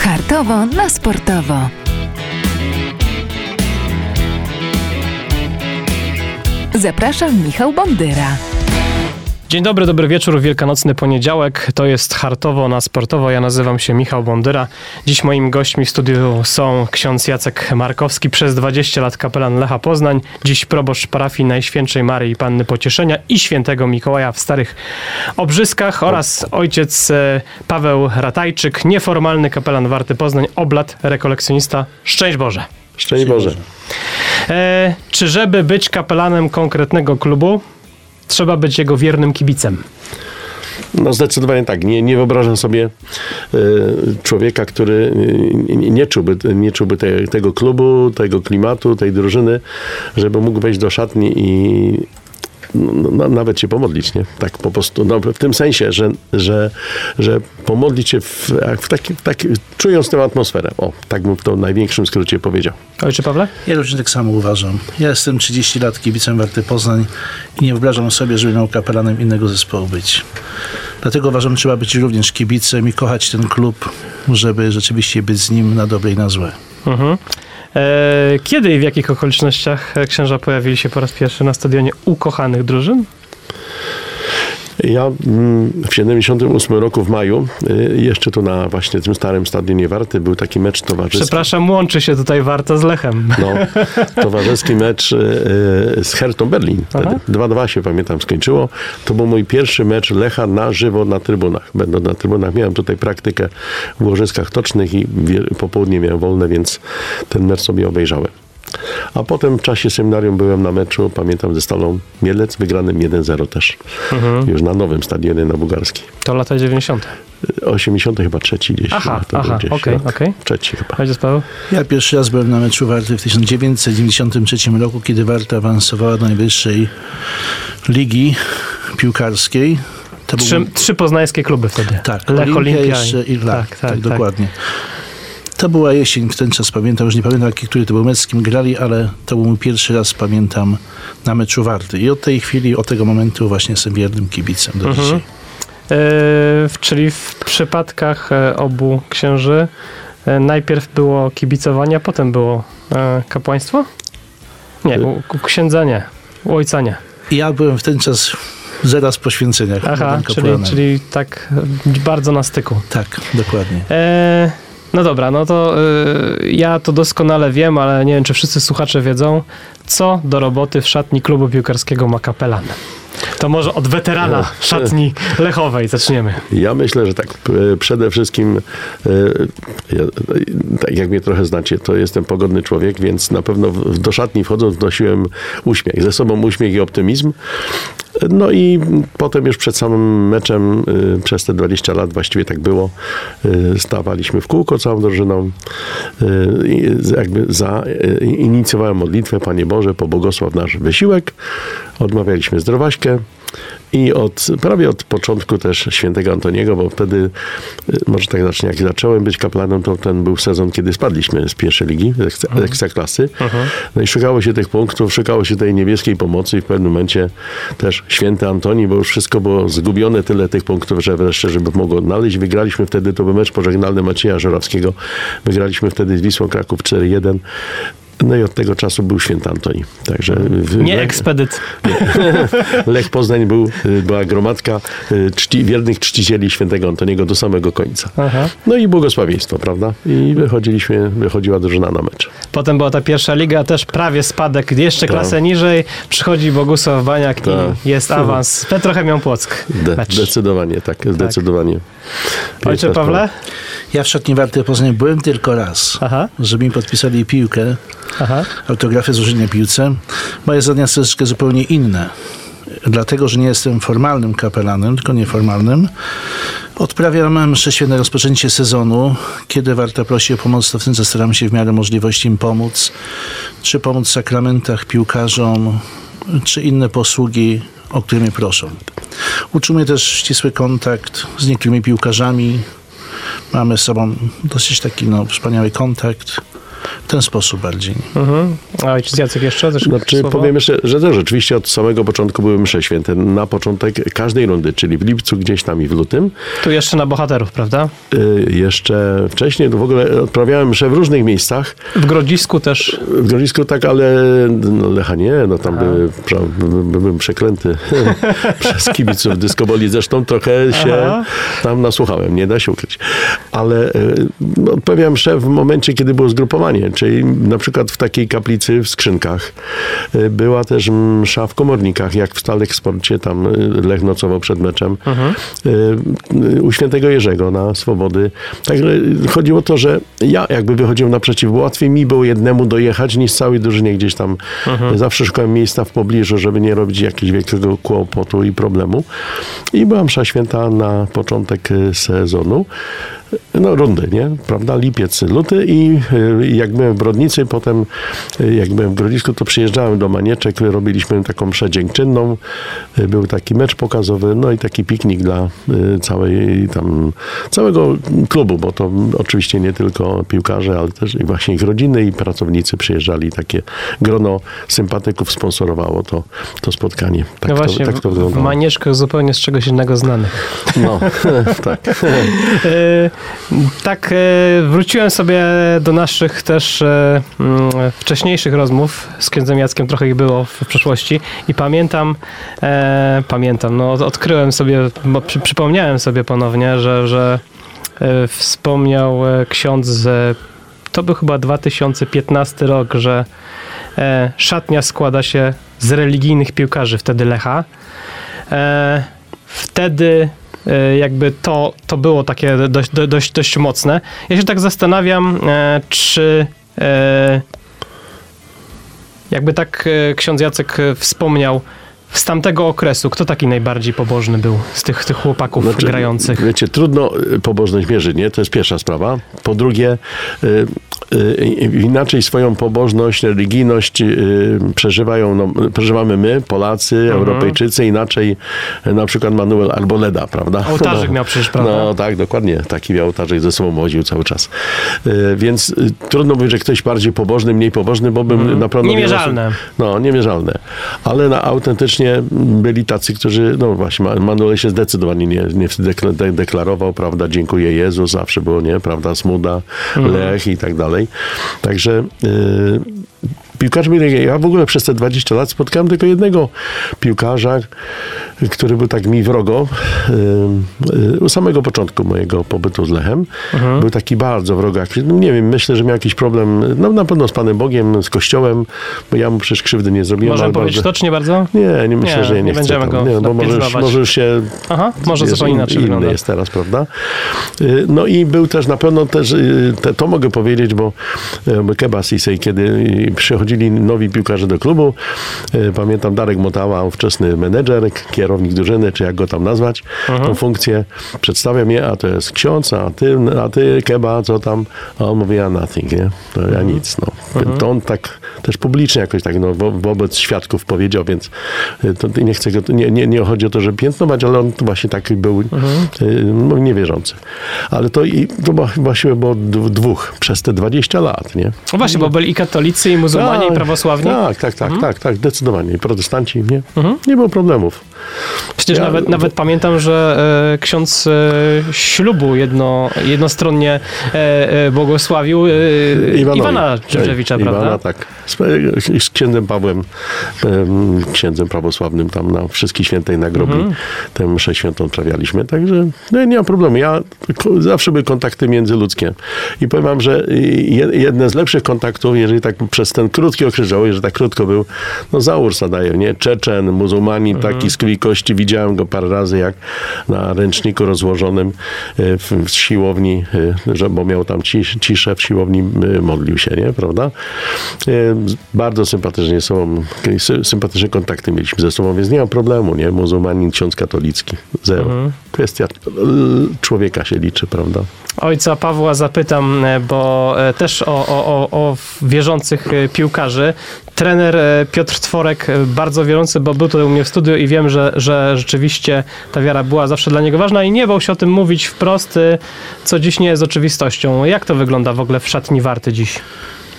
Hartowo na sportowo. Zapraszam, Michał Bondyra. Dzień dobry, dobry wieczór, wielkanocny poniedziałek. To jest Hartowo na sportowo. Ja nazywam się Michał Bondyra. Dziś moimi gośćmi w studiu są ksiądz Jacek Markowski, przez 20 lat kapelan Lecha Poznań, dziś proboszcz parafii Najświętszej Maryi Panny Pocieszenia i Świętego Mikołaja w Starych Obrzyskach, oraz ojciec Paweł Ratajczyk, nieformalny kapelan Warty Poznań, oblat, rekolekcjonista. Szczęść Boże. Szczęść Boże. Czy żeby być kapelanem konkretnego klubu, trzeba być jego wiernym kibicem? No zdecydowanie tak. Nie wyobrażam sobie człowieka, który nie czułby tego klubu, tego klimatu, tej drużyny, żeby mógł wejść do szatni i nawet się pomodlić, nie? Tak po prostu, w tym sensie, że pomodlić się czując tę atmosferę. O, tak bym to w największym skrócie powiedział. Ojcze Pawle? Ja również tak samo uważam. Ja jestem 30 lat kibicem Warty Poznań i nie wyobrażam sobie, żeby miał kapelanem innego zespołu być. Dlatego uważam, że trzeba być również kibicem i kochać ten klub, żeby rzeczywiście być z nim na dobre i na złe. Kiedy i w jakich okolicznościach księża pojawili się po raz pierwszy na stadionie ukochanych drużyn? Ja w 78 roku w maju, jeszcze tu na właśnie tym starym stadionie Warty, był taki mecz towarzyski. Przepraszam, łączy się tutaj Warta z Lechem. No, towarzyski mecz z Hertą Berlin. Wtedy 2-2 się, pamiętam, skończyło. To był mój pierwszy mecz Lecha na żywo na trybunach. Będąc na trybunach, miałem tutaj praktykę w łożyskach tocznych i popołudnie miałem wolne, więc ten mecz sobie obejrzałem. A potem w czasie seminarium byłem na meczu, pamiętam, ze Stalą Mielec, wygranym 1-0 też. Już na nowym stadionie na Bugarskiej. To lata 90. 80 chyba trzeci gdzieś. Okej. Trzeci chyba. Ojciec Paweł? Ja pierwszy raz byłem na meczu Warty w 1993 roku, kiedy Warta awansowała do najwyższej ligi piłkarskiej. Trzy poznańskie kluby wtedy. Tak, Lech, Olimpia i Lech. Tak, dokładnie. To była jesień, w ten czas pamiętam, już nie pamiętam, który to był mecz, z kim grali, ale to był mój pierwszy raz, pamiętam, na meczu Warty. I od tej chwili, od tego momentu właśnie jestem wiernym kibicem do dzisiaj. Czyli w przypadkach obu księży najpierw było kibicowanie, a potem było kapłaństwo? Nie, u księdza nie, u ojca nie. Ja byłem w ten czas zaraz po święceniach. Czyli tak bardzo na styku. Tak, dokładnie. No dobra, no to ja to doskonale wiem, ale nie wiem, czy wszyscy słuchacze wiedzą, co do roboty w szatni klubu piłkarskiego ma kapelan. To może od weterana szatni lechowej zaczniemy. Ja myślę, że tak przede wszystkim, tak jak mnie trochę znacie, to jestem pogodny człowiek, więc na pewno do szatni wchodząc wnosiłem uśmiech. Ze sobą uśmiech i optymizm. No i potem już przed samym meczem, przez te 20 lat właściwie tak było, stawaliśmy w kółko całą drużyną. Inicjowałem modlitwę: Panie Boże, pobłogosław nasz wysiłek. Odmawialiśmy zdrowaśkę. I prawie od początku też świętego Antoniego, bo wtedy, może tak zacznę, jak zacząłem być kapelanem, to ten był sezon, kiedy spadliśmy z pierwszej ligi, z ekstraklasy. No i szukało się tych punktów, szukało się tej niebieskiej pomocy i w pewnym momencie też święty Antoni, bo już wszystko było zgubione, tyle tych punktów, że wreszcie, żeby mogło odnaleźć. Wygraliśmy wtedy, to był mecz pożegnalny Macieja Żurawskiego. Wygraliśmy wtedy z Wisłą Kraków 4-1. No i od tego czasu był święty Antoni. Także nie ekspedyt. Lech Poznań była gromadka wiernych czcicieli świętego Antoniego do samego końca. No i błogosławieństwo, prawda? I wychodziła drużyna na mecz. Potem była ta pierwsza liga, też prawie spadek, jeszcze klasę niżej. Przychodzi Bogusław Baniak i jest awans. Petrochemią Płock. Zdecydowanie, tak. Zdecydowanie. Ojcze Pawle? Ja w szatni Warty Poznań byłem tylko raz, żeby mi podpisali piłkę, autografy złożyli na piłce. Moje zadania są troszeczkę zupełnie inne. Dlatego, że nie jestem formalnym kapelanem, tylko nieformalnym. Odprawiam mszę święte rozpoczęcie sezonu. Kiedy Warta prosi o pomoc, to wtedy staram się w miarę możliwości im pomóc. Czy pomóc w sakramentach piłkarzom, czy inne posługi, o które mnie proszą. Uczył mnie też ścisły kontakt z niektórymi piłkarzami. Mamy z sobą dosyć taki wspaniały kontakt. w ten sposób bardziej. A ojciec Jacek jeszcze? Znaczy, powiem jeszcze, że też rzeczywiście od samego początku były msze święte. Na początek każdej rundy, czyli w lipcu gdzieś tam i w lutym. Tu jeszcze na bohaterów, prawda? Jeszcze wcześniej w ogóle odprawiałem msze w różnych miejscach. W Grodzisku też? W Grodzisku tak, ale Lecha nie, tam byłem przeklęty przez kibiców dyskoboli. Zresztą trochę się tam nasłuchałem, nie da się ukryć. Ale odprawiałem mszę w momencie, kiedy było zgrupowanie, czyli na przykład w takiej kaplicy w Skrzynkach. Była też msza w Komornikach, jak w Stalek Sporcie, tam Lech nocował przed meczem. U Świętego Jerzego na Swobody. Także chodziło o to, że ja jakby wychodziłem naprzeciw, bo łatwiej mi było jednemu dojechać niż całej drużynie gdzieś tam. Zawsze szukałem miejsca w pobliżu, żeby nie robić jakiegoś wielkiego kłopotu i problemu. I była msza święta na początek sezonu. Rundy, nie? Prawda? Lipiec, luty i jak byłem w Brodnicy, potem jak byłem w Grodzisku, to przyjeżdżałem do Manieczek, robiliśmy taką mszę dziękczynną, był taki mecz pokazowy, i taki piknik dla całego klubu, bo to oczywiście nie tylko piłkarze, ale też i właśnie ich rodziny i pracownicy przyjeżdżali, takie grono sympatyków sponsorowało to spotkanie. Tak, właśnie, tak to wyglądało. W Manieczkach zupełnie z czegoś innego znanych. Tak. Tak, wróciłem sobie do naszych też wcześniejszych rozmów z księdzem Jackiem, trochę ich było w przeszłości i pamiętam, odkryłem sobie, przypomniałem sobie ponownie, że wspomniał ksiądz, to był chyba 2015 rok, że szatnia składa się z religijnych piłkarzy wtedy Lecha. Wtedy jakby to było takie dość mocne. Ja się tak zastanawiam, czy jakby tak ksiądz Jacek wspomniał, z tamtego okresu, kto taki najbardziej pobożny był z tych chłopaków grających? Wiecie, trudno pobożność mierzyć, nie? To jest pierwsza sprawa. Po drugie, inaczej swoją pobożność, religijność przeżywamy my, Polacy, Europejczycy, inaczej na przykład Manuel Arboleda, prawda? Ołtarzyk miał przecież, prawda? Tak, dokładnie. Taki miał ołtarzyk, ze sobą woził cały czas. Więc trudno mówić, że ktoś bardziej pobożny, mniej pobożny, bo bym na pewno... Niemierzalne. Niemierzalne. Ale autentycznie byli tacy, którzy, właśnie, Manuel się zdecydowanie nie deklarował, prawda, dziękuję Jezu, zawsze było, nie, prawda, Smuda, Lech i tak dalej. Także piłkarz ja w ogóle przez te 20 lat spotkałem tylko jednego piłkarza, który był tak mi wrogo u samego początku mojego pobytu z Lechem. Był taki bardzo wrogak. Nie wiem, myślę, że miał jakiś problem, na pewno z Panem Bogiem, z Kościołem, bo ja mu przecież krzywdy nie zrobiłem. Możemy powiedzieć to, czy nie bardzo? Nie, myślę, że nie chcę. Będziemy go bo może już się... może zupełnie inaczej inny wygląda. jest teraz, prawda? I był też na pewno to mogę powiedzieć, bo Keba Sisej, kiedy przychodzili nowi piłkarze do klubu, pamiętam Darek Motała, ówczesny menedżer, kierownik drużyny, czy jak go tam nazwać, tą funkcję, przedstawia mnie, a to jest ksiądz, a ty Keba, co tam? A on mówi, ja nothing, nie? To ja nic, To on tak też publicznie jakoś tak, wobec świadków powiedział, więc to nie chcę go, nie chodzi o to, żeby piętnować, ale on właśnie taki był niewierzący. Ale to właściwie było dwóch przez te 20 lat, nie? No właśnie, bo byli i katolicy, i muzułmanie, i prawosławni. Tak, zdecydowanie. I protestanci, nie? Nie było problemów. Przecież nawet pamiętam, że ksiądz ślubu jednostronnie błogosławił Iwana Dżerdżewicza, prawda? Iwana, tak. Z księdzem Pawłem, księdzem prawosławnym, tam na Wszystkich Świętej na grobie tę mszę świętą odprawialiśmy, także nie ma problemu. Zawsze były kontakty międzyludzkie. I powiem wam, że jedne z lepszych kontaktów, jeżeli tak przez ten krótki okres żałuję, że tak krótko był, za Ursa daje, nie? Czeczen, muzułmanin, taki z krwi kości. Widziałem go parę razy, jak na ręczniku rozłożonym w siłowni, bo miał tam ciszę w siłowni, modlił się, nie? Prawda? Bardzo sympatyczne kontakty mieliśmy ze sobą, więc nie ma problemu, nie? Muzułmanin, ksiądz katolicki. Zero. Kwestia człowieka się liczy, prawda? Ojca Pawła zapytam, bo też o wierzących piłkarzy. Trener Piotr Tworek, bardzo wierzący, bo był tutaj u mnie w studiu i wiem, że rzeczywiście ta wiara była zawsze dla niego ważna i nie bał się o tym mówić wprost, co dziś nie jest oczywistością. Jak to wygląda w ogóle w szatni Warty dziś?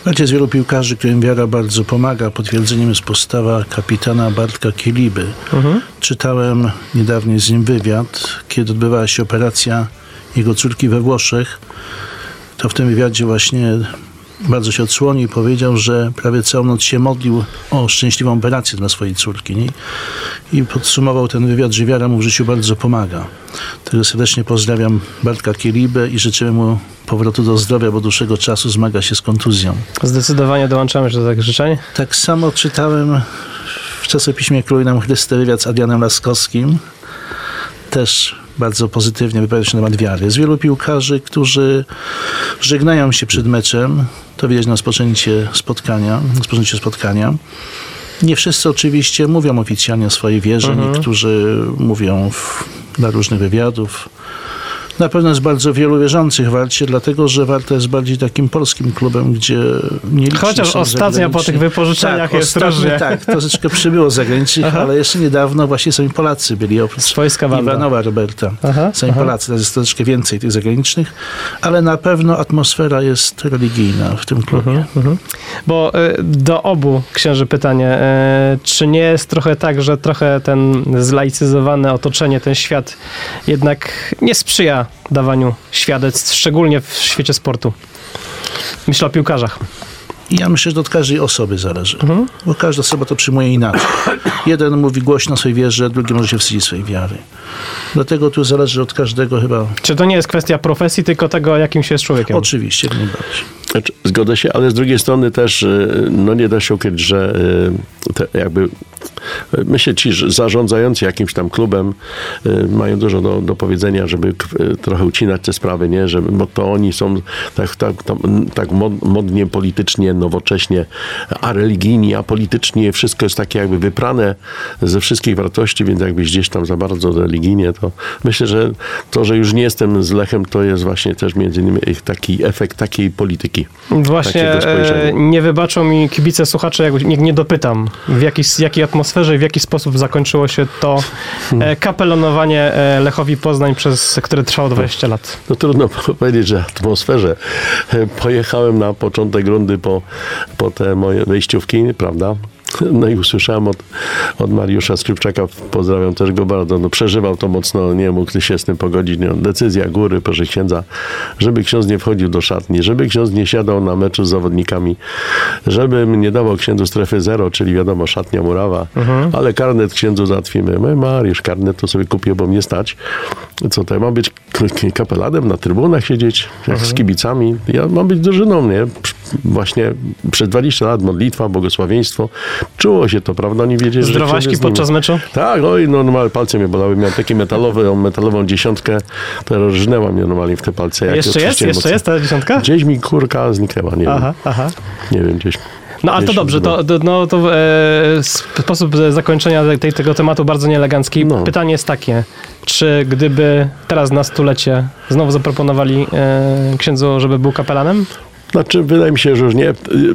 Jest wielu piłkarzy, którym wiara bardzo pomaga. Potwierdzeniem jest postawa kapitana Bartka Kieliby. Czytałem niedawno z nim wywiad, kiedy odbywała się operacja jego córki we Włoszech. To w tym wywiadzie właśnie bardzo się odsłonił i powiedział, że prawie całą noc się modlił o szczęśliwą operację dla swojej córki. Nie? I podsumował ten wywiad, że wiara mu w życiu bardzo pomaga. Także serdecznie pozdrawiam Bartka Kielibę i życzymy mu powrotu do zdrowia, bo dłuższego czasu zmaga się z kontuzją. Zdecydowanie dołączamy się do tych życzeń. Tak samo czytałem w czasopiśmie Króluj nam Chryste wywiad z Adrianem Laskowskim. Też bardzo pozytywnie wypowiada się na temat wiary. Jest wielu piłkarzy, którzy żegnają się przed meczem. To widać na rozpoczęciu spotkania. Nie wszyscy oczywiście mówią oficjalnie o swojej wierze. Niektórzy mówią dla różnych wywiadów. Na pewno jest bardzo wielu wierzących w Warcie, dlatego że Warta jest bardziej takim polskim klubem, gdzie nie liczy. Chociaż ostatnio po tych wypożyczeniach jest różnie. Tak, troszeczkę przybyło zagranicznych, ale jeszcze niedawno właśnie sami Polacy byli, oprócz Iwanowa Roberta. Sami Polacy, teraz jest troszeczkę więcej tych zagranicznych, ale na pewno atmosfera jest religijna w tym klubie. Bo do obu księży pytanie, czy nie jest trochę tak, że trochę ten zlaicyzowane otoczenie, ten świat jednak nie sprzyja dawaniu świadectw, szczególnie w świecie sportu? Myślę o piłkarzach. Ja myślę, że to od każdej osoby zależy, bo każda osoba to przyjmuje inaczej. Jeden mówi głośno o swojej wierze, drugi może się wstydzić swojej wiary. Dlatego tu zależy od każdego chyba. Czy to nie jest kwestia profesji, tylko tego, jakim się jest człowiekiem? Oczywiście, jak najbardziej. Zgodzę się, ale z drugiej strony też nie da się ukryć, że myślę, ci zarządzający jakimś tam klubem mają dużo do powiedzenia, żeby trochę ucinać te sprawy, nie? Bo to oni są tak modnie, politycznie, nowocześnie, a religijni, a politycznie, wszystko jest takie jakby wyprane ze wszystkich wartości, więc jakbyś gdzieś tam za bardzo religijnie, to myślę, że to, że już nie jestem z Lechem, to jest właśnie też między innymi taki efekt takiej polityki. Właśnie nie wybaczą mi kibice, słuchacze, jak nie dopytam, w jakiej atmosferze i w jaki sposób zakończyło się to kapelonowanie Lechowi Poznań, które trwało 20 lat. No trudno powiedzieć, że atmosferze. Pojechałem na początek rundy po te moje wejściówki, prawda? No i usłyszałem od Mariusza Skrzypczaka, pozdrawiam też go bardzo, przeżywał to mocno, nie mógł się z tym pogodzić. Decyzja góry, proszę księdza, żeby ksiądz nie wchodził do szatni, żeby ksiądz nie siadał na meczu z zawodnikami, żeby nie dawał księdzu strefy zero, czyli wiadomo, szatnia murawa, ale karnet księdzu załatwimy. Mariusz, karnet to sobie kupię, bo mnie stać. Co to, ja mam być kapelanem, na trybunach siedzieć, jak z kibicami. Ja mam być drużyną, nie? Właśnie przez 20 lat modlitwa, błogosławieństwo. Czuło się to, prawda? Nie wiedzieli, zdrowaśki podczas meczu? Tak, normalnie palce mnie bolały. Miałem takie metalową dziesiątkę, to rozżnęła mnie normalnie w te palce. Jeszcze jest ta dziesiątka? Gdzieś mi kurka zniknęła, nie wiem. Nie wiem, gdzieś. No ale to dobrze, to sposób zakończenia tego tematu bardzo nieelegancki. No. Pytanie jest takie, czy gdyby teraz na stulecie znowu zaproponowali księdzu, żeby był kapelanem? Znaczy, wydaje mi się, że już nie.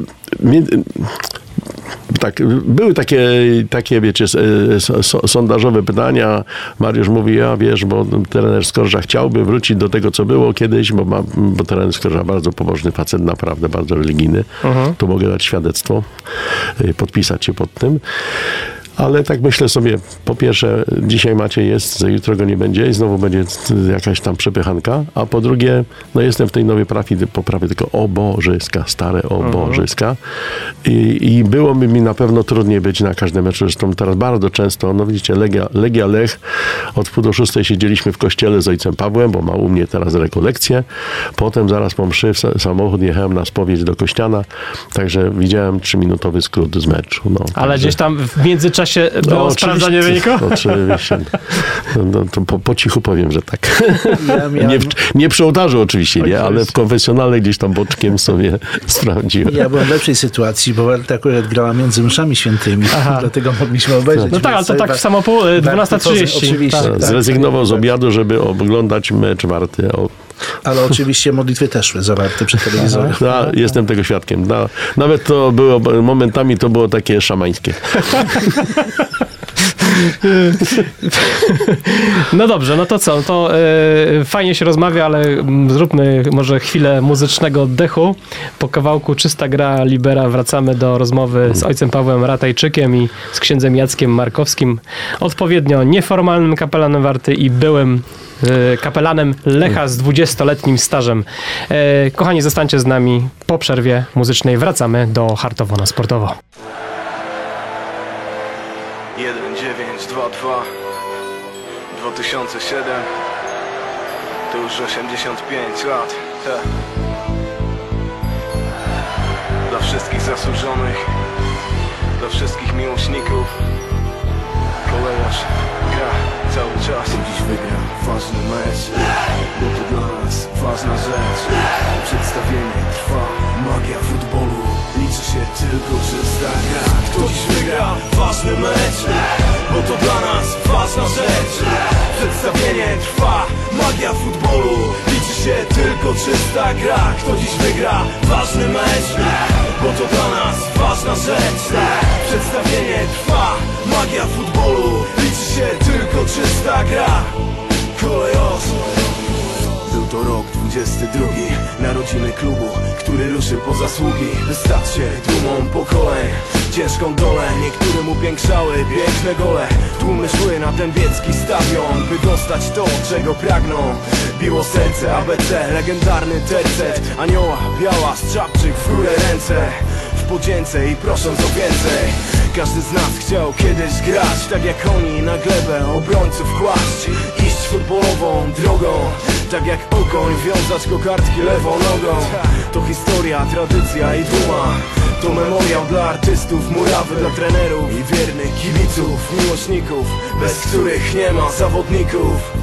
Tak, były takie wiecie, sondażowe pytania. Mariusz mówi, bo trener Skorża chciałby wrócić do tego, co było kiedyś, bo trener Skorża bardzo pobożny facet, naprawdę bardzo religijny. Tu mogę dać świadectwo, podpisać się pod tym. Ale tak myślę sobie, po pierwsze, dzisiaj Maciej jest, że jutro go nie będzie i znowu będzie jakaś tam przepychanka, a po drugie, jestem w tej nowej poprawie tylko obożyska, stare obożyska i byłoby mi na pewno trudniej być na każdym meczu, zresztą teraz bardzo często, widzicie, Legia Lech, od 5:30 siedzieliśmy w kościele z ojcem Pawłem, bo ma u mnie teraz rekolekcję, potem zaraz po mszy samochód jechałem na spowiedź do Kościana, także widziałem 3-minutowy skrót z meczu. Ale gdzieś tam w międzyczasie było sprawdzanie wyniku? Oczywiście. To po cichu powiem, że tak. Nie przy ołtarzu oczywiście, nie, ale w konfesjonale gdzieś tam boczkiem sobie sprawdziłem. Ja byłem w lepszej sytuacji, bo Warta akurat grała między mszami świętymi, dlatego mogliśmy obejrzeć. No tak, ale to tak w samopół 12:30. Oczywiście. Tak. Zrezygnował z obiadu, żeby oglądać mecz Warty. Ale oczywiście modlitwy też szły zawarte przed telewizorem. Jestem tego świadkiem. Nawet to było, momentami to było takie szamańskie. No dobrze, no to co? To fajnie się rozmawia, ale zróbmy może chwilę muzycznego oddechu. Po kawałku Czysta gra Libera wracamy do rozmowy z ojcem Pawłem Ratajczykiem i z księdzem Jackiem Markowskim. Odpowiednio nieformalnym kapelanem Warty i byłym kapelanem Lecha z 20-letnim stażem. Kochani, zostańcie z nami. Po przerwie muzycznej wracamy do Hartowo na Sportowo. 1922 2007 to już 85 lat. Dla wszystkich zasłużonych, dla wszystkich miłośników, kolejarz gra cały czas. Dziś wygra ważny mecz, bo to dla nas ważna rzecz. Przedstawienie trwa, magia futbolu, liczy się tylko czysta gra. Kto dziś wygra ważny mecz, bo to dla nas ważna rzecz. Przedstawienie trwa, magia futbolu, liczy się tylko czysta gra. Kto dziś wygra ważny mecz, bo to dla nas ważna rzecz. Przedstawienie trwa, magia futbolu, liczy się tylko czysta gra. Kolejorz. Był to rok 22, narodziny klubu, który ruszy po zasługi. Stać się dumą pokoleń, ciężką dolę. Niektórym upiększały piękne gole. Tłumy szły na dębiecki stadion, by dostać to, czego pragną. Biło serce ABC, legendarny tercet. Anioła, biała, strzapczyk, w górę ręce, w podzięce i prosząc o więcej. Każdy z nas chciał kiedyś grać, tak jak oni na glebę obrońców kłaść. Iść futbolową drogą, tak jak okoń, wiązać kokardki lewą nogą. To historia, tradycja i duma. To memoriał dla artystów, murawy dla trenerów i wiernych kibiców, miłośników, bez których nie ma zawodników.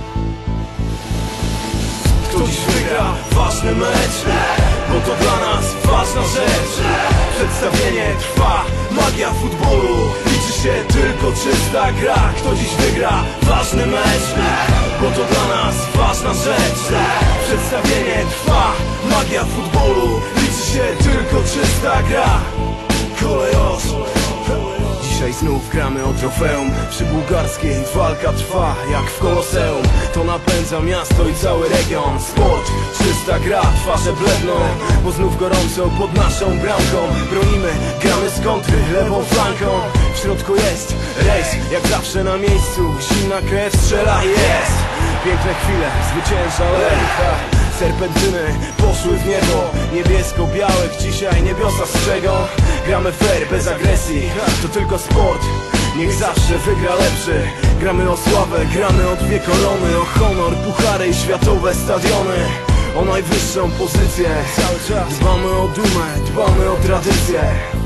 Kto dziś wygra ważny mecz, bo to dla nas ważna rzecz. Przedstawienie trwa, magia futbolu, liczy się tylko czysta gra. Kto dziś wygra ważny mecz, bo to dla nas ważna rzecz. Przedstawienie trwa, magia futbolu, liczy się tylko czysta gra. Kolejorz. Dzisiaj znów gramy o trofeum, przy bułgarskiej walka trwa jak w Koloseum. To napędza miasto i cały region. Sport, czysta gra, twarze bledną, bo znów gorąco pod naszą bramką. Bronimy, gramy z kontry, lewą flanką. W środku jest rejs, jak zawsze na miejscu. Zimna krew strzela, jest. Piękne chwile, zwycięża Lech. Serpentyny poszły w niebo, niebiesko-białych dzisiaj niebiosa strzegą. Gramy fair, bez agresji, to tylko sport, niech zawsze wygra lepszy. Gramy o sławę, gramy o dwie korony, o honor, puchary i światowe stadiony. O najwyższą pozycję, cały czas dbamy o dumę, dbamy o tradycję.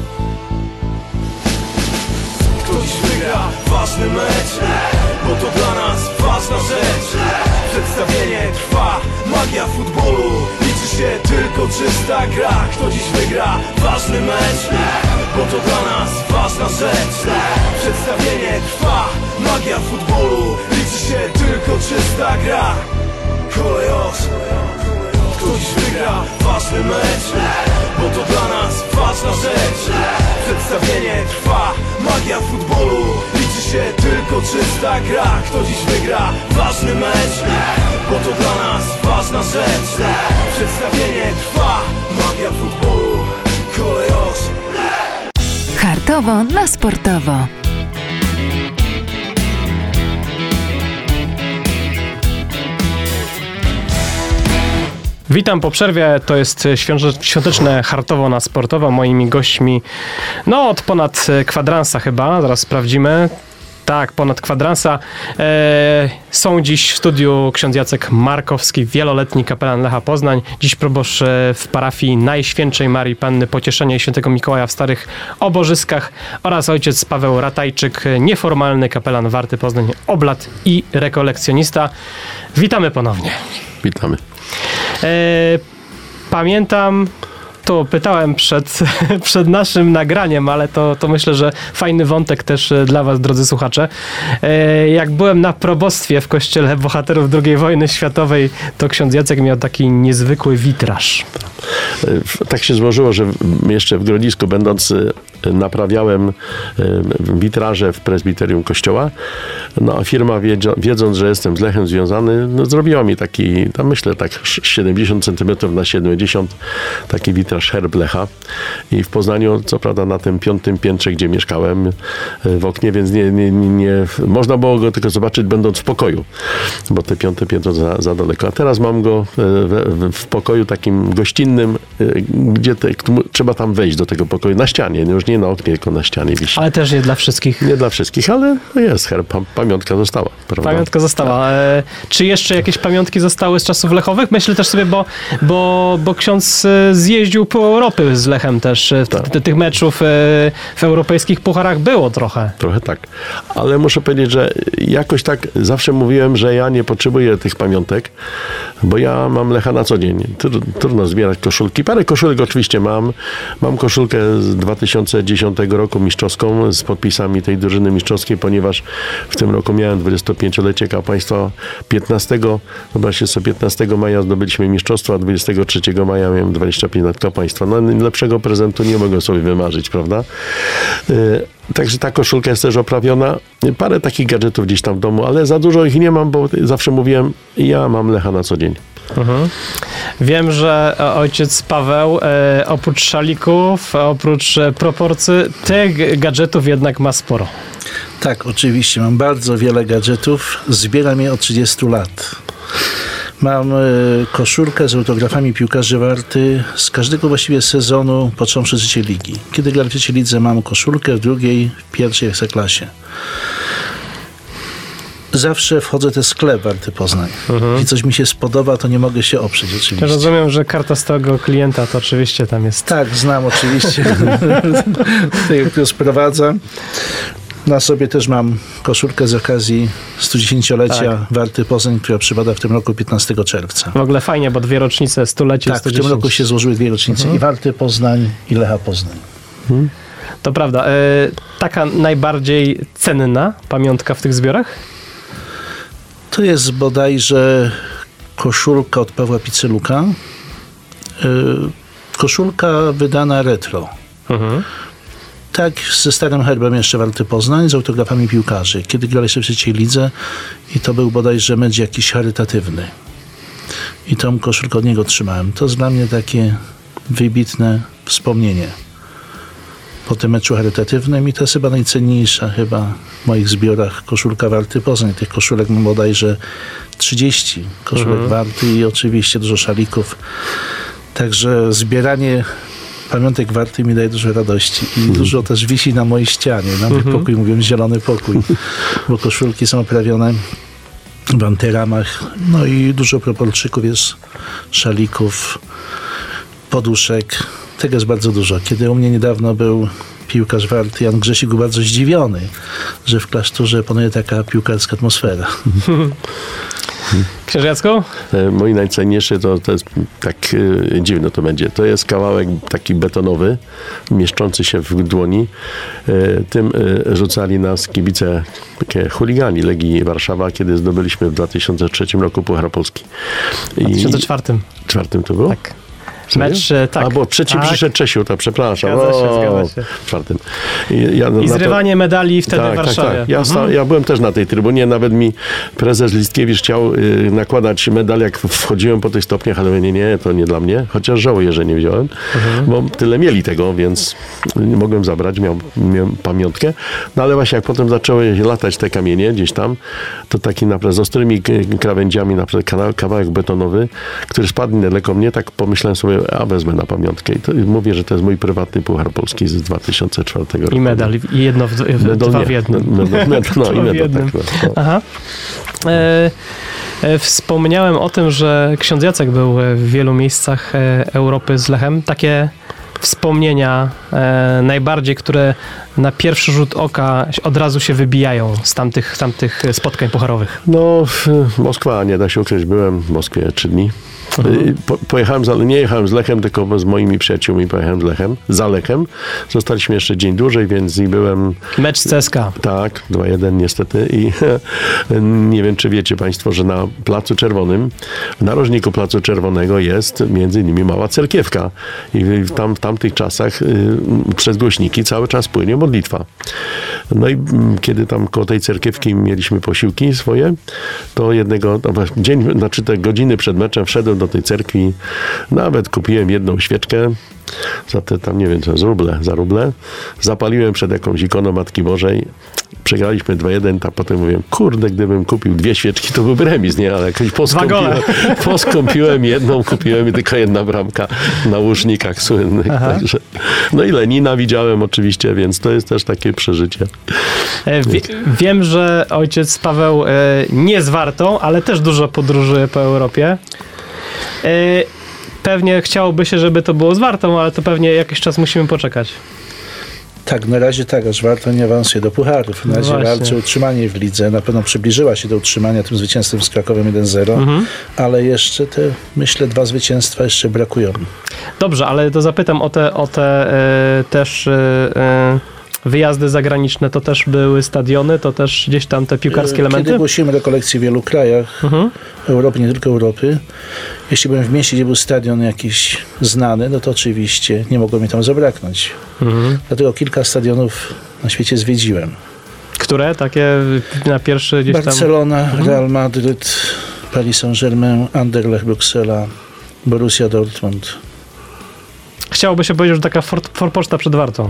Kto dziś wygra ważny mecz, bo to dla nas ważna rzecz. Przedstawienie trwa, magia futbolu, liczy się tylko czysta gra. Kto dziś wygra ważny mecz, bo to dla nas ważna rzecz. Przedstawienie trwa, magia futbolu, liczy się tylko czysta gra. Kolejorz. Kto dziś wygra ważny mecz, bo to dla nas ważna rzecz. Przedstawienie trwa, magia futbolu, liczy się tylko czysta gra. Kto dziś wygra ważny mecz, bo to dla nas ważna rzecz. Przedstawienie trwa, magia futbolu. Kolejorz. Hartowo na Sportowo. Witam po przerwie, to jest świąteczne Hartowo na Sportowo. Moimi gośćmi, no od ponad kwadransa chyba, zaraz sprawdzimy. Tak, ponad kwadransa. Są dziś w studiu ksiądz Jacek Markowski, wieloletni kapelan Lecha Poznań, dziś proboszcz w parafii Najświętszej Marii Panny Pocieszenia i Świętego Mikołaja w Starych Oborzyskach oraz ojciec Paweł Ratajczyk, nieformalny kapelan Warty Poznań, oblat i rekolekcjonista. Witamy ponownie. Witamy. Pamiętam, to pytałem przed naszym nagraniem, ale to myślę, że fajny wątek też dla was, drodzy słuchacze. Jak byłem na probostwie w kościele bohaterów II wojny światowej, to ksiądz Jacek miał taki niezwykły witraż. Tak się złożyło, że jeszcze w Grodzisku, będąc naprawiałem witraże w prezbiterium kościoła. No a firma, wiedząc, że jestem z Lechem związany, no, zrobiła mi taki, tam myślę tak 70 cm na 70, taki witraż herb Lecha. I w Poznaniu, co prawda na tym 5. piętrze, gdzie mieszkałem w oknie, więc nie można było go tylko zobaczyć będąc w pokoju, bo te 5. piętro za daleko. A teraz mam go w pokoju takim gościnnym, gdzie trzeba tam wejść do tego pokoju, na ścianie, już nie na oknie, tylko na ścianie wisi. Ale też nie dla wszystkich. Nie dla wszystkich, ale jest herb, pamiątka została. Prawda? Pamiątka została. Czy jeszcze jakieś pamiątki zostały z czasów lechowych? Myślę też sobie, bo ksiądz zjeździł pół Europy z Lechem też. Tych meczów w europejskich pucharach było trochę. Trochę tak. Ale muszę powiedzieć, że jakoś tak zawsze mówiłem, że ja nie potrzebuję tych pamiątek, bo ja mam Lecha na co dzień. Trudno zbierać koszulki. Parę koszulek oczywiście mam. Mam koszulkę z 2010 roku mistrzowską z podpisami tej drużyny mistrzowskiej, ponieważ w tym roku miałem 25-lecie kapłaństwa. 15 maja zdobyliśmy mistrzostwo, a 23 maja miałem 25 lat kapłaństwa. No lepszego prezentu nie mogę sobie wymarzyć, prawda? Także ta koszulka jest też oprawiona. Parę takich gadżetów gdzieś tam w domu, ale za dużo ich nie mam, bo zawsze mówiłem, ja mam Lecha na co dzień. Wiem, że ojciec Paweł oprócz szalików, oprócz proporcji, tych gadżetów jednak ma sporo. Tak, oczywiście. Mam bardzo wiele gadżetów. Zbieram je od 30 lat. Mam koszulkę z autografami piłkarzy Warty z każdego właściwie sezonu, począwszy z trzeciej ligi. Kiedy gram w trzeciej lidze, mam koszulkę, w drugiej, w pierwszej Ekstraklasie. Zawsze wchodzę w ten sklep Warty Poznań. I coś mi się spodoba, to nie mogę się oprzeć oczywiście. Rozumiem, że karta stałego klienta to oczywiście tam jest. Tak, znam oczywiście. Tego, kto sprowadza. Na sobie też mam koszulkę z okazji 110-lecia Warty Poznań, która przypada w tym roku 15 czerwca. W ogóle fajnie, bo 2 rocznice, 100-lecie. Tak, 110. W tym roku się złożyły 2 rocznice i Warty Poznań, i Lecha Poznań. To prawda. Taka najbardziej cenna pamiątka w tych zbiorach? To jest bodajże koszulka od Pawła Piceluka. Koszulka wydana retro. Tak, ze starym herbem jeszcze Warty Poznań, z autografami piłkarzy. Kiedy graliśmy w trzeciej lidze i to był bodajże mecz jakiś charytatywny. I tą koszulkę od niego trzymałem. To jest dla mnie takie wybitne wspomnienie po tym meczu charytatywnym i to jest chyba najcenniejsza w moich zbiorach koszulka Warty Poznań. Tych koszulek mam bodajże 30 koszulek Warty i oczywiście dużo szalików. Także zbieranie pamiątek Warty mi daje dużo radości i dużo też wisi na mojej ścianie. Na mój pokój, mówię, zielony pokój, bo koszulki są oprawione w antyramach, no i dużo proporczyków jest, szalików, poduszek. Tego jest bardzo dużo. Kiedy u mnie niedawno był piłkarz Warty, Jan Grzesik, był bardzo zdziwiony, że w klasztorze panuje taka piłkarska atmosfera. Księże Jacku? Mój najcenniejszy to jest tak dziwne to będzie. To jest kawałek taki betonowy, mieszczący się w dłoni. Tym rzucali nas kibice, takie chuligani Legii Warszawa, kiedy zdobyliśmy w 2003 roku Puchar Polski. W 2004. Czwartym to było? Tak. Mecz, tak. A, bo trzeci przyszedł Czesiu, to przepraszam. Zgadza się. W czwartym. I zrywanie medali wtedy w Warszawie. Tak. Ja byłem też na tej trybunie, nawet mi prezes Listkiewicz chciał nakładać medal, jak wchodziłem po tych stopniach, ale nie, to nie dla mnie, chociaż żałuję, że nie wziąłem, bo tyle mieli tego, więc nie mogłem zabrać, miałem pamiątkę. No ale właśnie jak potem zaczęły latać te kamienie gdzieś tam, to taki naprawdę z ostrymi krawędziami, na przykład kawałek betonowy, który spadł niedaleko mnie, tak pomyślałem sobie, a wezmę na pamiątkę. I mówię, że to jest mój prywatny Puchar Polski z 2004 roku. I medal, i jedno dwa w jednym. I medal, tak. Aha. Wspomniałem o tym, że ksiądz Jacek był w wielu miejscach Europy z Lechem. Takie wspomnienia najbardziej, które na pierwszy rzut oka od razu się wybijają z tamtych spotkań pucharowych? No, Moskwa, nie da się ukryć, byłem w Moskwie 3 dni. Nie jechałem z Lechem, tylko z moimi przyjaciółmi pojechałem za Lechem. Zostaliśmy jeszcze dzień dłużej, więc i byłem... Mecz CSKA. Tak, 2-1 niestety i nie wiem, czy wiecie państwo, że na Placu Czerwonym, w narożniku Placu Czerwonego jest między innymi mała cerkiewka i w tamtych czasach przez głośniki cały czas płynie modlitwa. No i kiedy tam koło tej cerkiewki mieliśmy posiłki swoje, to te godziny przed meczem wszedłem do tej cerkwi, nawet kupiłem jedną świeczkę za te tam, nie wiem co, za ruble. Zapaliłem przed jakąś ikoną Matki Bożej. Przegraliśmy 2-1, a potem mówię, kurde, gdybym kupił 2 świeczki, to byłby remis, nie? Ale jakoś poskąpiłem jedną, kupiłem i tylko 1 bramka na łucznikach słynnych. Także, no i Lenina widziałem oczywiście, więc to jest też takie przeżycie. Wiem, że ojciec Paweł nie z Wartą, ale też dużo podróżuje po Europie. Pewnie chciałoby się, żeby to było z Wartą, ale to pewnie jakiś czas musimy poczekać. Tak, na razie tak, aż Warta nie awansuje do pucharów. Na razie walczy o utrzymanie w lidze. Na pewno przybliżyła się do utrzymania tym zwycięstwem z Krakowem 1-0, ale jeszcze te, myślę, 2 zwycięstwa jeszcze brakują. Dobrze, ale to zapytam o te też wyjazdy zagraniczne. To też były stadiony, to też gdzieś tam te piłkarskie elementy? Kiedy głosimy rekolekcje w wielu krajach Europy, nie tylko Europy, jeśli byłem w mieście, gdzie był stadion jakiś znany, no to oczywiście nie mogło mi tam zabraknąć. Dlatego kilka stadionów na świecie zwiedziłem. Które? Takie na pierwszy gdzieś tam? Barcelona, Real Madryt, Paris Saint-Germain, Anderlecht, Bruksela, Borussia Dortmund. Chciałoby się powiedzieć, że taka forpoczta przed Wartą.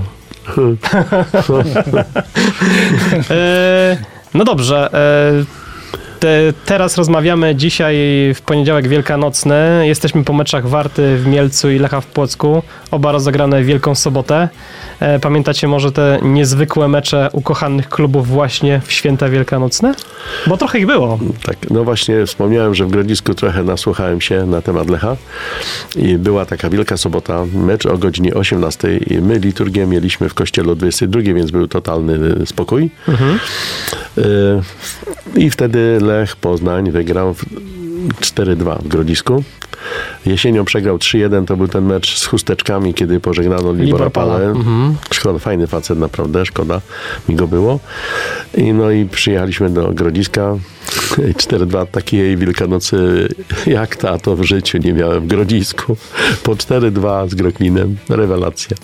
No dobrze. Teraz rozmawiamy dzisiaj w poniedziałek wielkanocny. Jesteśmy po meczach Warty w Mielcu i Lecha w Płocku. Oba rozegrane w Wielką Sobotę. Pamiętacie może te niezwykłe mecze ukochanych klubów właśnie w święta wielkanocne? Bo trochę ich było. Tak, no właśnie wspomniałem, że w Grodzisku trochę nasłuchałem się na temat Lecha i była taka Wielka Sobota, mecz o godzinie 18 i my liturgię mieliśmy w kościele o 22, więc był totalny spokój. I wtedy Lech Poznań wygrał 4-2 w Grodzisku. Jesienią przegrał 3-1, to był ten mecz z chusteczkami, kiedy pożegnano Libora Palę. Szkoda, fajny facet naprawdę, szkoda mi go było. I przyjechaliśmy do Grodziska. 4-2, takiej Wielkanocy jak ta, to w życiu nie miałem w Grodzisku. Po 4-2 z Groklinem. Rewelacja.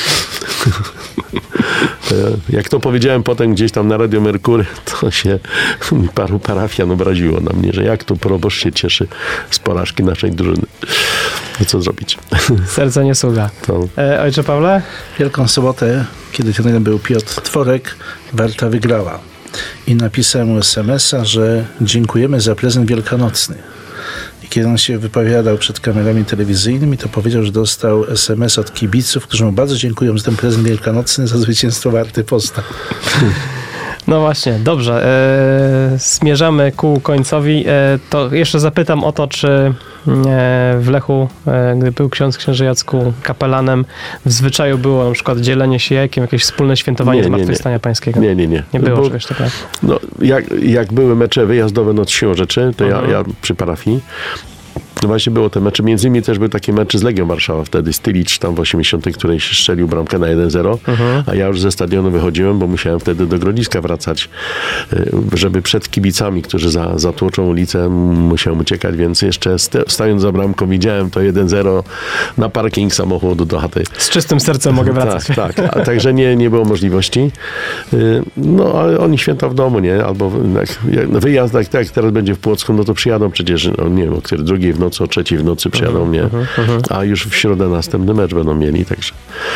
Jak to powiedziałem potem gdzieś tam na Radio Merkury, to się paru parafian obraziło na mnie, że jak to proboszcz się cieszy z porażki naszej drużyny. No co zrobić? Serce nie sługa. Ojcze Pawle? Wielką Sobotę, kiedy trenerem był Piotr Tworek, Warta wygrała. I napisałem mu SMS-a, że dziękujemy za prezent wielkanocny. I kiedy on się wypowiadał przed kamerami telewizyjnymi, to powiedział, że dostał SMS od kibiców, którzy mu bardzo dziękują za ten prezent wielkanocny, za zwycięstwo Warty Poznań. No właśnie, dobrze. Zmierzamy ku końcowi. To jeszcze zapytam o to, czy w Lechu, gdy był ksiądz Jacku kapelanem, w zwyczaju było na przykład dzielenie się jajkiem, jakieś wspólne świętowanie Zmartwychwstania Pańskiego? Nie. Nie było czegoś takiego? No, jak były mecze wyjazdowe, no siłą rzeczy, to ja przy parafii, no właśnie było te mecze. Między innymi też był taki mecz z Legią Warszawa wtedy. Stylicz tam w 80, której strzelił bramkę na 1-0, a ja już ze stadionu wychodziłem, bo musiałem wtedy do Grodziska wracać, żeby przed kibicami, którzy zatłoczą ulicę, musiałem uciekać, więc jeszcze stając za bramką widziałem to 1-0 na parking samochodu do chaty. Z czystym sercem mogę wracać. Tak. Także nie było możliwości. No, ale oni święta w domu, nie? Albo wyjazd, jak teraz będzie w Płocku, no to przyjadą przecież, no, nie wiem, o której 2 w nocy, o 3 w nocy przyjadą mnie, a już w środę następny mecz będą mieli, także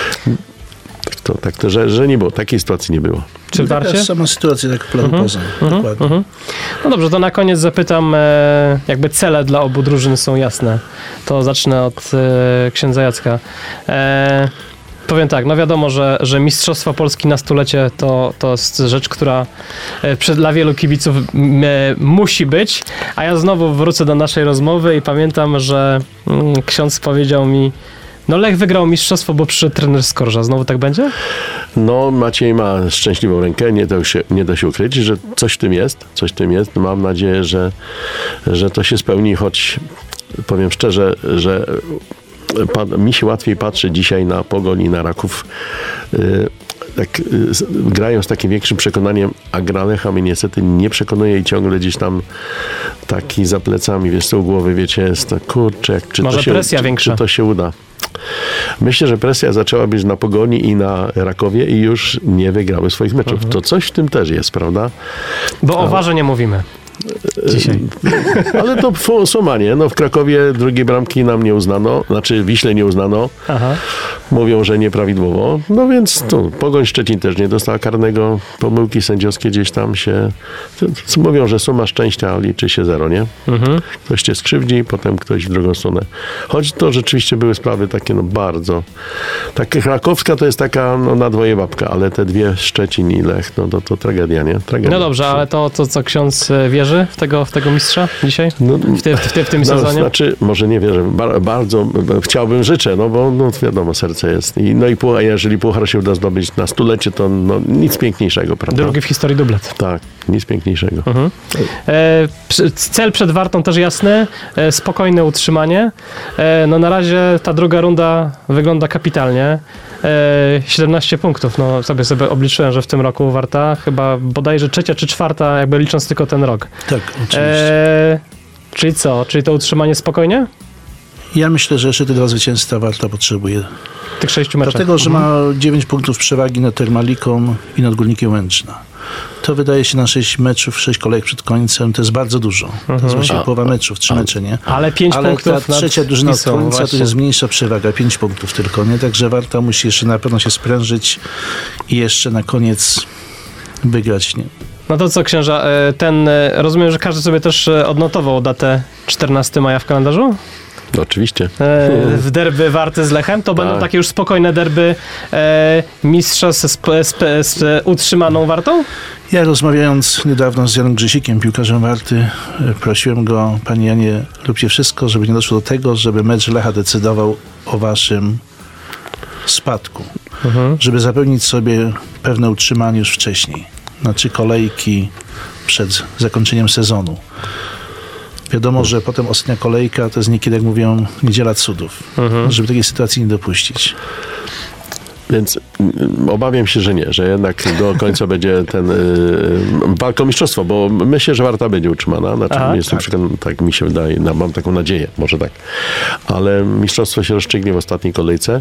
że nie było, takiej sytuacji nie było. Czy w Warcie? Sama sytuacja tak w Poznań. Dokładnie. No dobrze, to na koniec zapytam, jakby cele dla obu drużyn są jasne. To zacznę od księdza Jacka. Powiem tak, no wiadomo, że Mistrzostwo Polski na stulecie to jest rzecz, która dla wielu kibiców musi być, a ja znowu wrócę do naszej rozmowy i pamiętam, że ksiądz powiedział mi, no Lech wygrał mistrzostwo, bo przyszedł trener z Korża. Znowu tak będzie? No Maciej ma szczęśliwą rękę, nie da się ukryć, że coś w tym jest. Mam nadzieję, że to się spełni, choć powiem szczerze, że mi się łatwiej patrzy dzisiaj na Pogoń i na Raków. Tak grają z takim większym przekonaniem, a gra Lecha mnie niestety nie przekonuje i ciągle gdzieś tam taki za plecami, wiesz, z głowy, wiecie, jest to, kurczę, może presja większa. Czy to się uda. Myślę, że presja zaczęła być na Pogoni i na Rakowie i już nie wygrały swoich meczów. To coś w tym też jest, prawda? Bo o warze nie mówimy dzisiaj. Ale to suma, nie? No w Krakowie drugiej bramki nam nie uznano, znaczy Wiśle nie uznano. Aha. Mówią, że nieprawidłowo. No więc tu Pogoń Szczecin też nie dostała karnego. Pomyłki sędziowskie gdzieś tam się... Mówią, że suma szczęścia liczy się 0, nie? Ktoś cię skrzywdzi, potem ktoś w drugą stronę. Choć to rzeczywiście były sprawy takie, no bardzo... Taka krakowska to jest taka, no na dwoje babka, ale te dwie, Szczecin i Lech, no to tragedia, nie? Tragedia. No dobrze, ale to co ksiądz wierzy w tego mistrza dzisiaj? No, w tym sezonie? Znaczy, może nie wierzę. Bardzo chciałbym, życzę, no bo no, wiadomo, serce jest. A jeżeli puchar się uda zdobyć na stulecie, to no, nic piękniejszego, prawda? Drugi w historii dublet. Tak, nic piękniejszego. Cel przed Wartą też jasny, spokojne utrzymanie. No na razie ta druga runda wygląda kapitalnie. 17 punktów. No sobie obliczyłem, że w tym roku Warta chyba bodajże 3. czy 4, jakby licząc tylko ten rok. Tak, oczywiście. Czyli co? Czyli to utrzymanie spokojnie? Ja myślę, że jeszcze te 2 zwycięstwa Warta potrzebuje. Tych 6 meczów. Dlatego, że ma 9 punktów przewagi nad Termaliką i nad Górnikiem Łęczna. To wydaje się na 6 meczów, 6 kolejek przed końcem, to jest bardzo dużo. To jest właściwie połowa meczów, 3 mecze, nie? Ale 5 punktów ta trzecia drużyna od końca to jest mniejsza przewaga, 5 punktów tylko, nie? Także Warta musi jeszcze na pewno się sprężyć i jeszcze na koniec wygrać, nie? No to co, księża, rozumiem, że każdy sobie też odnotował datę 14 maja w kalendarzu? No, oczywiście. W derby Warty z Lechem. To będą takie już spokojne derby mistrza z utrzymaną Wartą? Ja rozmawiając niedawno z Janem Grzesikiem, piłkarzem Warty, prosiłem go, panie Janie, róbcie wszystko, żeby nie doszło do tego, żeby mecz Lecha decydował o waszym spadku. Żeby zapewnić sobie pewne utrzymanie już wcześniej. Na 3 kolejki przed zakończeniem sezonu. Wiadomo, że potem ostatnia kolejka to jest niekiedy, jak mówią, niedziela cudów. Żeby takiej sytuacji nie dopuścić. Więc obawiam się, że nie, że jednak do końca będzie ten walka o mistrzostwo, bo myślę, że Warta będzie utrzymana. Znaczy, jestem przekonany, tak mi się wydaje, mam taką nadzieję, może tak. Ale mistrzostwo się rozstrzygnie w ostatniej kolejce.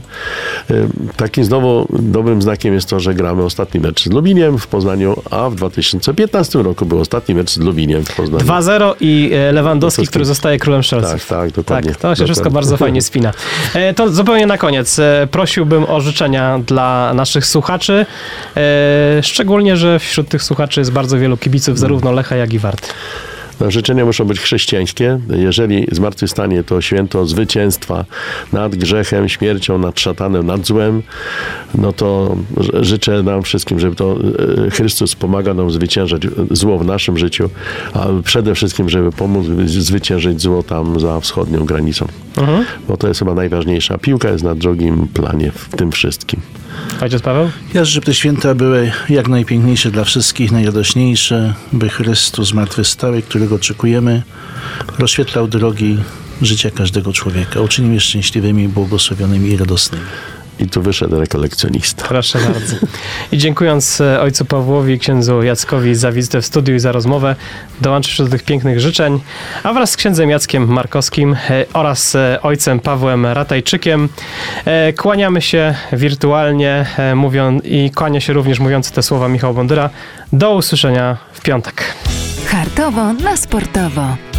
Takim znowu dobrym znakiem jest to, że gramy ostatni mecz z Lubiniem w Poznaniu, a w 2015 roku był ostatni mecz z Lubiniem w Poznaniu. 2-0 i Lewandowski, który zostaje królem strzelców. Tak, dokładnie. Tak, to się wszystko bardzo fajnie spina. To zupełnie na koniec. Prosiłbym o życzenia dla naszych słuchaczy. Szczególnie, że wśród tych słuchaczy jest bardzo wielu kibiców zarówno Lecha, jak i Warty. No, życzenia muszą być chrześcijańskie. Jeżeli zmartwychwstanie to święto zwycięstwa nad grzechem, śmiercią, nad szatanem, nad złem, no to życzę nam wszystkim, żeby to Chrystus pomaga nam zwyciężać zło w naszym życiu, a przede wszystkim, żeby pomóc zwyciężyć zło tam za wschodnią granicą. Bo to jest chyba najważniejsze. Piłka jest na drugim planie w tym wszystkim. Ojciec Paweł? Ja życzę, żeby te święta były jak najpiękniejsze dla wszystkich, najradośniejsze, by Chrystus zmartwychwstały, którego oczekujemy, rozświetlał drogi życia każdego człowieka, uczynił je szczęśliwymi, błogosławionymi i radosnymi. I tu wyszedł rekolekcjonista. Proszę bardzo. I dziękując ojcu Pawłowi i księdzu Jackowi za wizytę w studiu i za rozmowę, dołączę się do tych pięknych życzeń, a wraz z księdzem Jackiem Markowskim oraz ojcem Pawłem Ratajczykiem kłaniamy się wirtualnie i kłania się również mówiący te słowa Michał Bondyra. Do usłyszenia w piątek. Hartowo na sportowo.